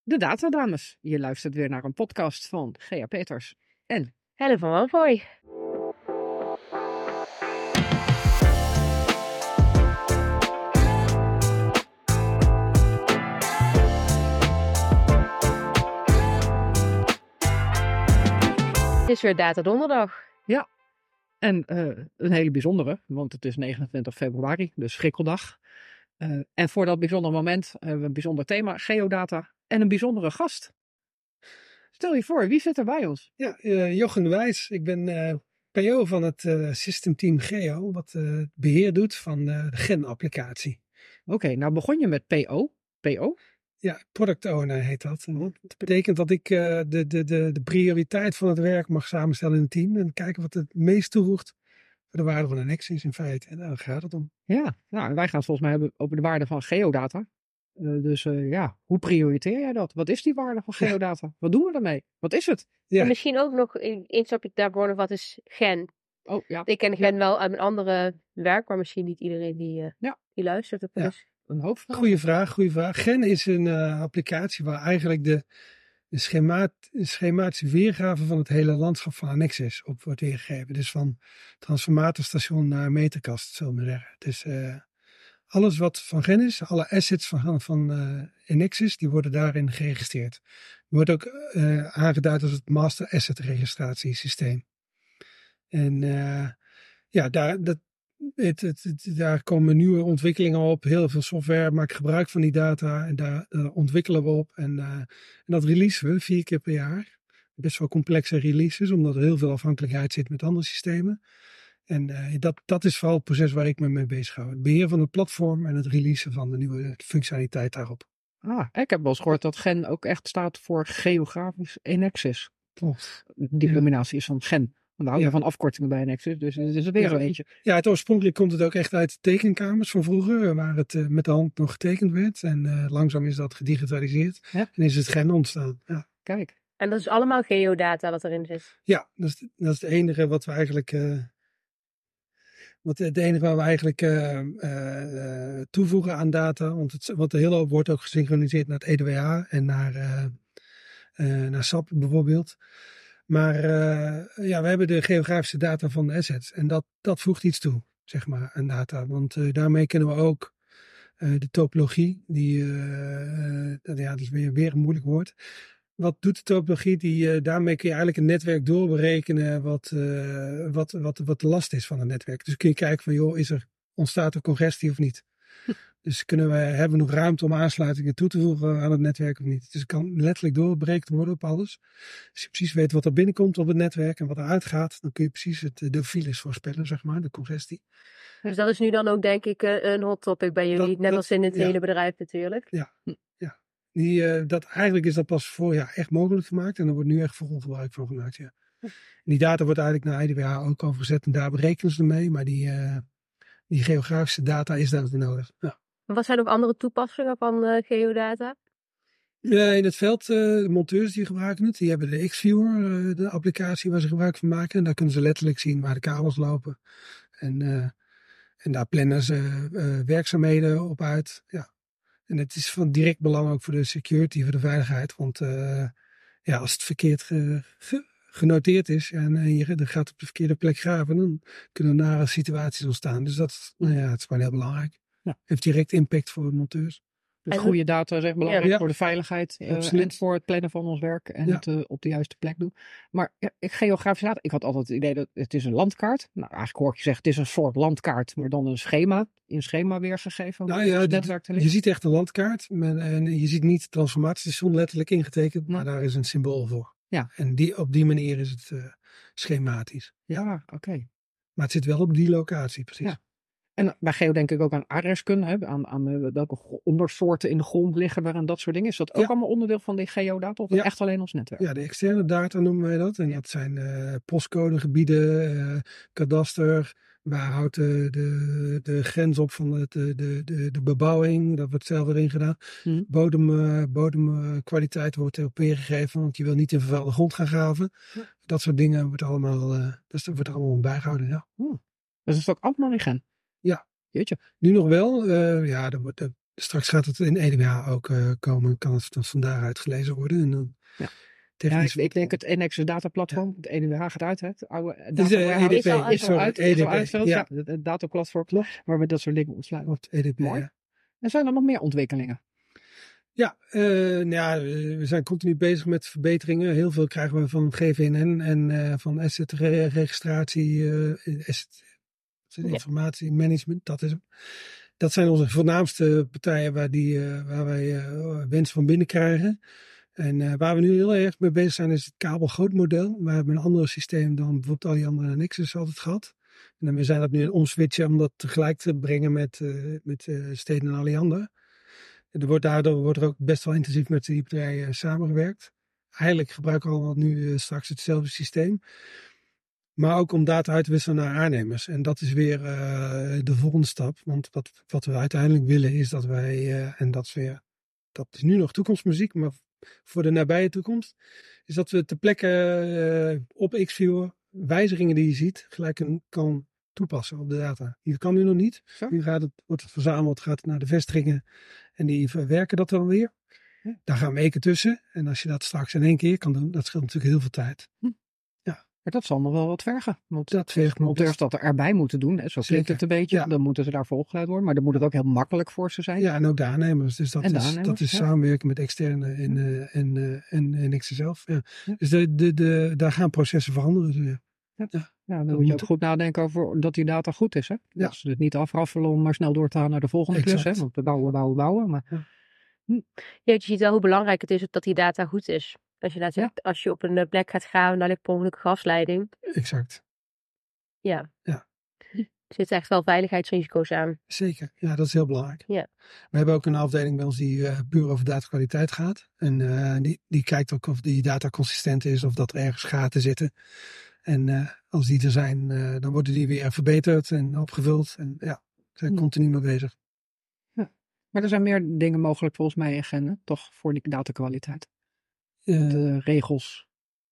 De Datadames. Je luistert weer naar een podcast van Gea Peters en Helle van Wanvooi. Het is weer Data Donderdag. Ja, en een hele bijzondere, want het is 29 februari, dus schrikkeldag. En voor dat bijzondere moment hebben we een bijzonder thema, geodata, en een bijzondere gast. Stel je voor, wie zit er bij ons? Ja, Jochen de Wijs. Ik ben PO van het systemteam Geo, wat het beheer doet van de GEN-applicatie. Oké, nou begon je met PO. PO? Ja, product owner heet dat. En dat betekent dat ik de prioriteit van het werk mag samenstellen in het team en kijken wat het meest toevoegt voor de waarde van een Nexus in feite. En daar gaat het om. Ja, nou, wij gaan het volgens mij hebben over de waarde van geodata. Dus hoe prioriteer jij dat? Wat is die waarde van geodata? Ja. Wat doen we ermee? Wat is het? Ja. En misschien ook nog één stapje daarvoor nog, wat is GEN? Oh, ja. Ik ken GEN wel uit mijn andere werk, maar misschien niet iedereen die luistert. Op een hoofdvraag. Goeie vraag. GEN is een applicatie waar eigenlijk de schematische weergave van het hele landschap van Nexus op wordt weergegeven. Dus van transformatorstation naar meterkast, zullen we zeggen. Dus alles wat van GEN is, alle assets van Nexus, die worden daarin geregistreerd. Die wordt ook aangeduid als het Master Asset Registratiesysteem. En daar komen nieuwe ontwikkelingen op. Heel veel software maakt gebruik van die data. En daar ontwikkelen we op. En dat releasen we 4 keer per jaar. Best wel complexe releases, omdat er heel veel afhankelijkheid zit met andere systemen. En dat is vooral het proces waar ik me mee bezig hou. Het beheer van het platform en het releasen van de nieuwe functionaliteit daarop. Ik heb wel eens gehoord dat GEN ook echt staat voor geografisch Nexus. Klopt. Die combinatie is van GEN. We houden van afkortingen bij Nexus, dus het is er weer zo eentje. Ja, oorspronkelijk komt het ook echt uit de tekenkamers van vroeger, waar het met de hand nog getekend werd. En langzaam is dat gedigitaliseerd en is het GEN ontstaan. Ja. Kijk. En dat is allemaal geodata wat erin zit? Ja, dat is het enige wat we eigenlijk... Het enige waar we eigenlijk toevoegen aan data, want de hele hoop wordt ook gesynchroniseerd naar het EDWH en naar SAP bijvoorbeeld. Maar we hebben de geografische data van de assets en dat voegt iets toe, zeg maar, aan data. Want daarmee kunnen we ook de topologie, dat is weer een moeilijk woord. Wat doet de topologie? Daarmee kun je eigenlijk een netwerk doorberekenen wat de last is van een netwerk. Dus kun je kijken van, ontstaat er congestie of niet? Dus hebben we nog ruimte om aansluitingen toe te voegen aan het netwerk of niet? Dus het kan letterlijk doorberekend worden op alles. Als je precies weet wat er binnenkomt op het netwerk en wat er uitgaat, dan kun je precies de files voorspellen, zeg maar, de congestie. Dus dat is nu dan ook, denk ik, een hot topic bij jullie, net als in het hele bedrijf natuurlijk. Ja. Eigenlijk is dat pas vorig jaar echt mogelijk gemaakt en er wordt nu echt vol gebruik van gemaakt. Ja. En die data wordt eigenlijk naar IDWH ook overgezet en daar berekenen ze ermee, maar die geografische data is daar weer nodig. Ja. Wat zijn nog andere toepassingen van geodata? In het veld, de monteurs die gebruiken het, die hebben de Xviewer, de applicatie waar ze gebruik van maken. En daar kunnen ze letterlijk zien waar de kabels lopen. En daar plannen ze werkzaamheden op uit. Ja. En het is van direct belang ook voor de security, voor de veiligheid. Want als het verkeerd genoteerd is en je gaat op de verkeerde plek graven, dan kunnen nare situaties ontstaan. Dus het is gewoon heel belangrijk. Ja. Heeft direct impact voor de monteurs. Dus goede data is echt belangrijk voor de veiligheid en voor het plannen van ons werk en het op de juiste plek doen. Maar geografische data, ik had altijd het idee dat het is een landkaart. Nou, eigenlijk hoor ik je zeggen, het is een soort landkaart, maar dan in een schema weergegeven. Je ziet echt een landkaart en je ziet niet het transformatiestation letterlijk ingetekend, maar daar is een symbool voor. Ja. En op die manier is het schematisch. Ja, oké. Maar het zit wel op die locatie, precies. Ja. En bij geo denk ik ook aan adreskunde, aan welke ondersoorten in de grond liggen er en dat soort dingen. Is dat ook allemaal onderdeel van die geodata of echt alleen ons netwerk? Ja, de externe data noemen wij dat. En dat zijn postcodegebieden, kadaster, waar houdt de grens op van de bebouwing. Dat wordt zelf erin gedaan. Bodemkwaliteit wordt op weergegeven, want je wil niet in vervuilde grond gaan graven. Dat soort dingen wordt allemaal bijgehouden. Ja. Dus dat is ook allemaal in GEN? Ja. Jeetje. Nu nog wel. Er straks gaat het in EDWH ook komen. Kan het van daaruit gelezen worden. En dan ik denk het NX dataplatform. Het EDWH gaat uit. Het oude EDP is al uit. Ja. Het dataplatform. Waar we dat soort dingen ontsluiten. EDP, mooi. Ja. En zijn er nog meer ontwikkelingen? Ja, we zijn continu bezig met verbeteringen. Heel veel krijgen we van GVNN en van asset registratie, informatie management, dat is hem. Dat zijn onze voornaamste partijen waar wij wensen van binnen krijgen. En waar we nu heel erg mee bezig zijn is het kabelgrootmodel. We hebben een ander systeem dan bijvoorbeeld al die andere Nexus altijd gehad. En we zijn dat nu omswitchen om dat tegelijk te brengen met Steden en Alliander. Daardoor wordt er ook best wel intensief met die partijen samengewerkt. Eigenlijk gebruiken we allemaal nu straks hetzelfde systeem. Maar ook om data uit te wisselen naar aannemers. En dat is weer de volgende stap. Want wat we uiteindelijk willen is dat wij, dat is nu nog toekomstmuziek, maar voor de nabije toekomst, is dat we ter plekke op Xviewer wijzigingen die je ziet, gelijk kan toepassen op de data. Dat kan nu nog niet. Nu wordt het verzameld, gaat het naar de vestigingen en die verwerken dat dan weer. Daar gaan weken tussen. En als je dat straks in één keer kan doen, dat scheelt natuurlijk heel veel tijd. Maar dat zal nog wel wat vergen. Want dat vergt monteurs dat erbij moeten doen. Zo klinkt het een beetje. Ja. Dan moeten ze daar volgeleid worden. Maar dan moet het ook heel makkelijk voor ze zijn. Ja, en ook de aannemers. Dus dat is samenwerken met externe en ik zelf. Ja. Ja. Dus daar gaan processen veranderen. Dus dan moet je ook goed nadenken over dat die data goed is. Hè? Ja. Dat ze het niet afraffelen om maar snel door te gaan naar de volgende klus. Hè? Want we bouwen. Maar... je ziet wel hoe belangrijk het is dat die data goed is. Als je op een plek gaat gaan, dan ligt per ongeluk gasleiding. Exact. Ja. Er zitten echt wel veiligheidsrisico's aan. Zeker, ja, dat is heel belangrijk. Ja. We hebben ook een afdeling bij ons die puur over datakwaliteit gaat. En die kijkt ook of die data consistent is, of dat er ergens gaten zitten. En als die er zijn, dan worden die weer verbeterd en opgevuld. En we zijn continu mee bezig. Ja. Maar er zijn meer dingen mogelijk volgens mij in Gen, toch, voor die datakwaliteit. De regels.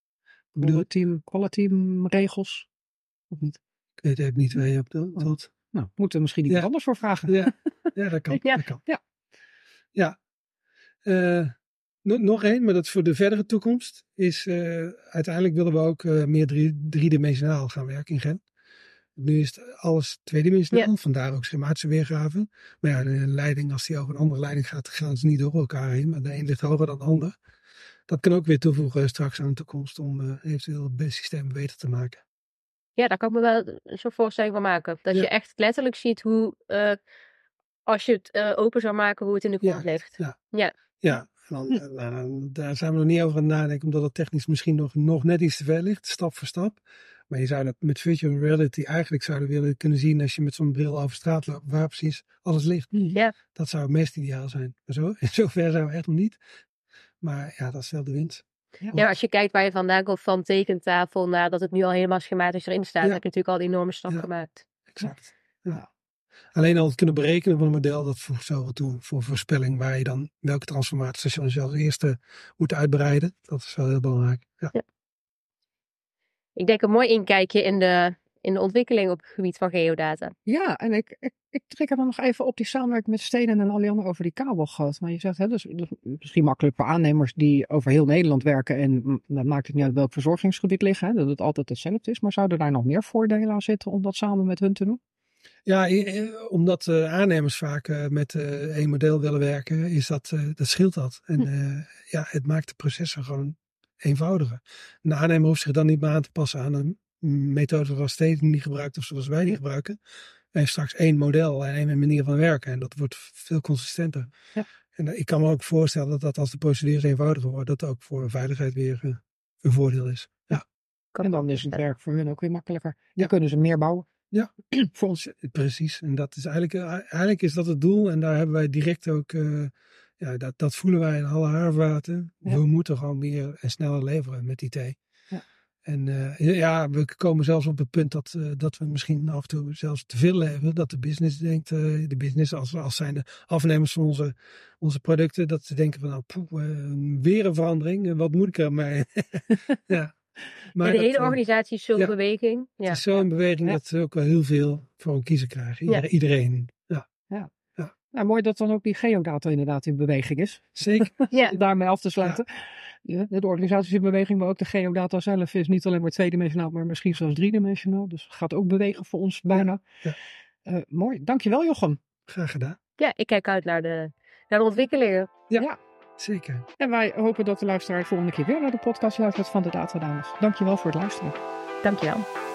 Quality regels. Of niet? Ik weet even niet waar je op doet. Nou, moeten we misschien iemand anders voor vragen. Ja, dat kan. Ja. Dat kan. Ja. Nog één, maar dat is voor de verdere toekomst. Is uiteindelijk willen we ook meer driedimensionaal gaan werken in Gen. Nu is het alles tweedimensionaal, vandaar ook schematische weergave. Maar ja, een leiding, als die over een andere leiding gaat, gaan ze niet door elkaar heen. Maar de een ligt hoger dan de ander. Dat kan ook weer toevoegen straks aan de toekomst om eventueel het systeem beter te maken. Ja, daar kan ik me wel een soort voorstelling van maken. Dat je echt letterlijk ziet hoe, als je het open zou maken, hoe het in de grond ligt. Ja. Daar zijn we nog niet over aan het nadenken, omdat het technisch misschien nog net iets te ver ligt, stap voor stap. Maar je zou dat met virtual reality eigenlijk zouden willen kunnen zien als je met zo'n bril over straat loopt, waar precies alles ligt. Ja. Dat zou het meest ideaal zijn. In zover zijn we echt nog niet. Maar ja, dat is wel de winst. Ja, als je kijkt waar je vandaan komt, van tekentafel naar dat het nu al helemaal schematisch erin staat, heb je natuurlijk al die enorme stap gemaakt. Exact. Ja. Alleen al het kunnen berekenen van een model, dat voegt zoveel toe voor voorspelling, waar je dan welke transformatiestation je als eerste moet uitbreiden. Dat is wel heel belangrijk. Ja. Ik denk een mooi inkijkje in de ontwikkeling op het gebied van geodata. Ja, en ik trek er dan nog even op die samenwerking met Steden en Alliander over die kabelgoot. Maar je zegt, dus misschien makkelijk voor aannemers die over heel Nederland werken en dan maakt het niet uit welk verzorgingsgebied liggen, dat het altijd hetzelfde is. Maar zouden daar nog meer voordelen aan zitten om dat samen met hun te doen? Ja, omdat aannemers vaak met één model willen werken, dat scheelt dat. En het maakt de processen gewoon eenvoudiger. De aannemer hoeft zich dan niet meer aan te passen aan een methode zoals Steden die gebruikt of zoals wij die gebruiken. Hij heeft straks één model en één manier van werken en dat wordt veel consistenter. Ja. En ik kan me ook voorstellen dat als de procedures eenvoudiger worden, dat ook voor veiligheid weer een voordeel is. Ja. En dan is het werk voor hun ook weer makkelijker. Dan kunnen ze meer bouwen. Ja, voor ons precies. En dat is eigenlijk is dat het doel. En daar hebben wij direct ook, dat voelen wij in alle haarvaten. Ja. We moeten gewoon meer en sneller leveren met IT. Ja. En we komen zelfs op het punt dat we misschien af en toe zelfs te veel leveren. Dat de business denkt, als zijn de afnemers van onze producten, dat ze denken van weer een verandering. Wat moet ik ermee? Ja. Maar de hele organisatie is zo in beweging. Het is zo in beweging dat ze ook wel heel veel voor een kiezer krijgen. Iedereen. Ja. Nou, mooi dat dan ook die geodata inderdaad in beweging is. Zeker. Ja. Daarmee af te sluiten. Ja, de organisatie is in beweging, maar ook de geodata zelf is niet alleen maar tweedimensionaal, maar misschien zelfs driedimensionaal. Dus gaat ook bewegen voor ons bijna. Ja. Mooi, dankjewel Jochem. Graag gedaan. Ja, ik kijk uit naar de ontwikkelingen. Ja, zeker. En wij hopen dat de luisteraar de volgende keer weer naar de podcast luistert van de Datadames. Dankjewel voor het luisteren. Dankjewel.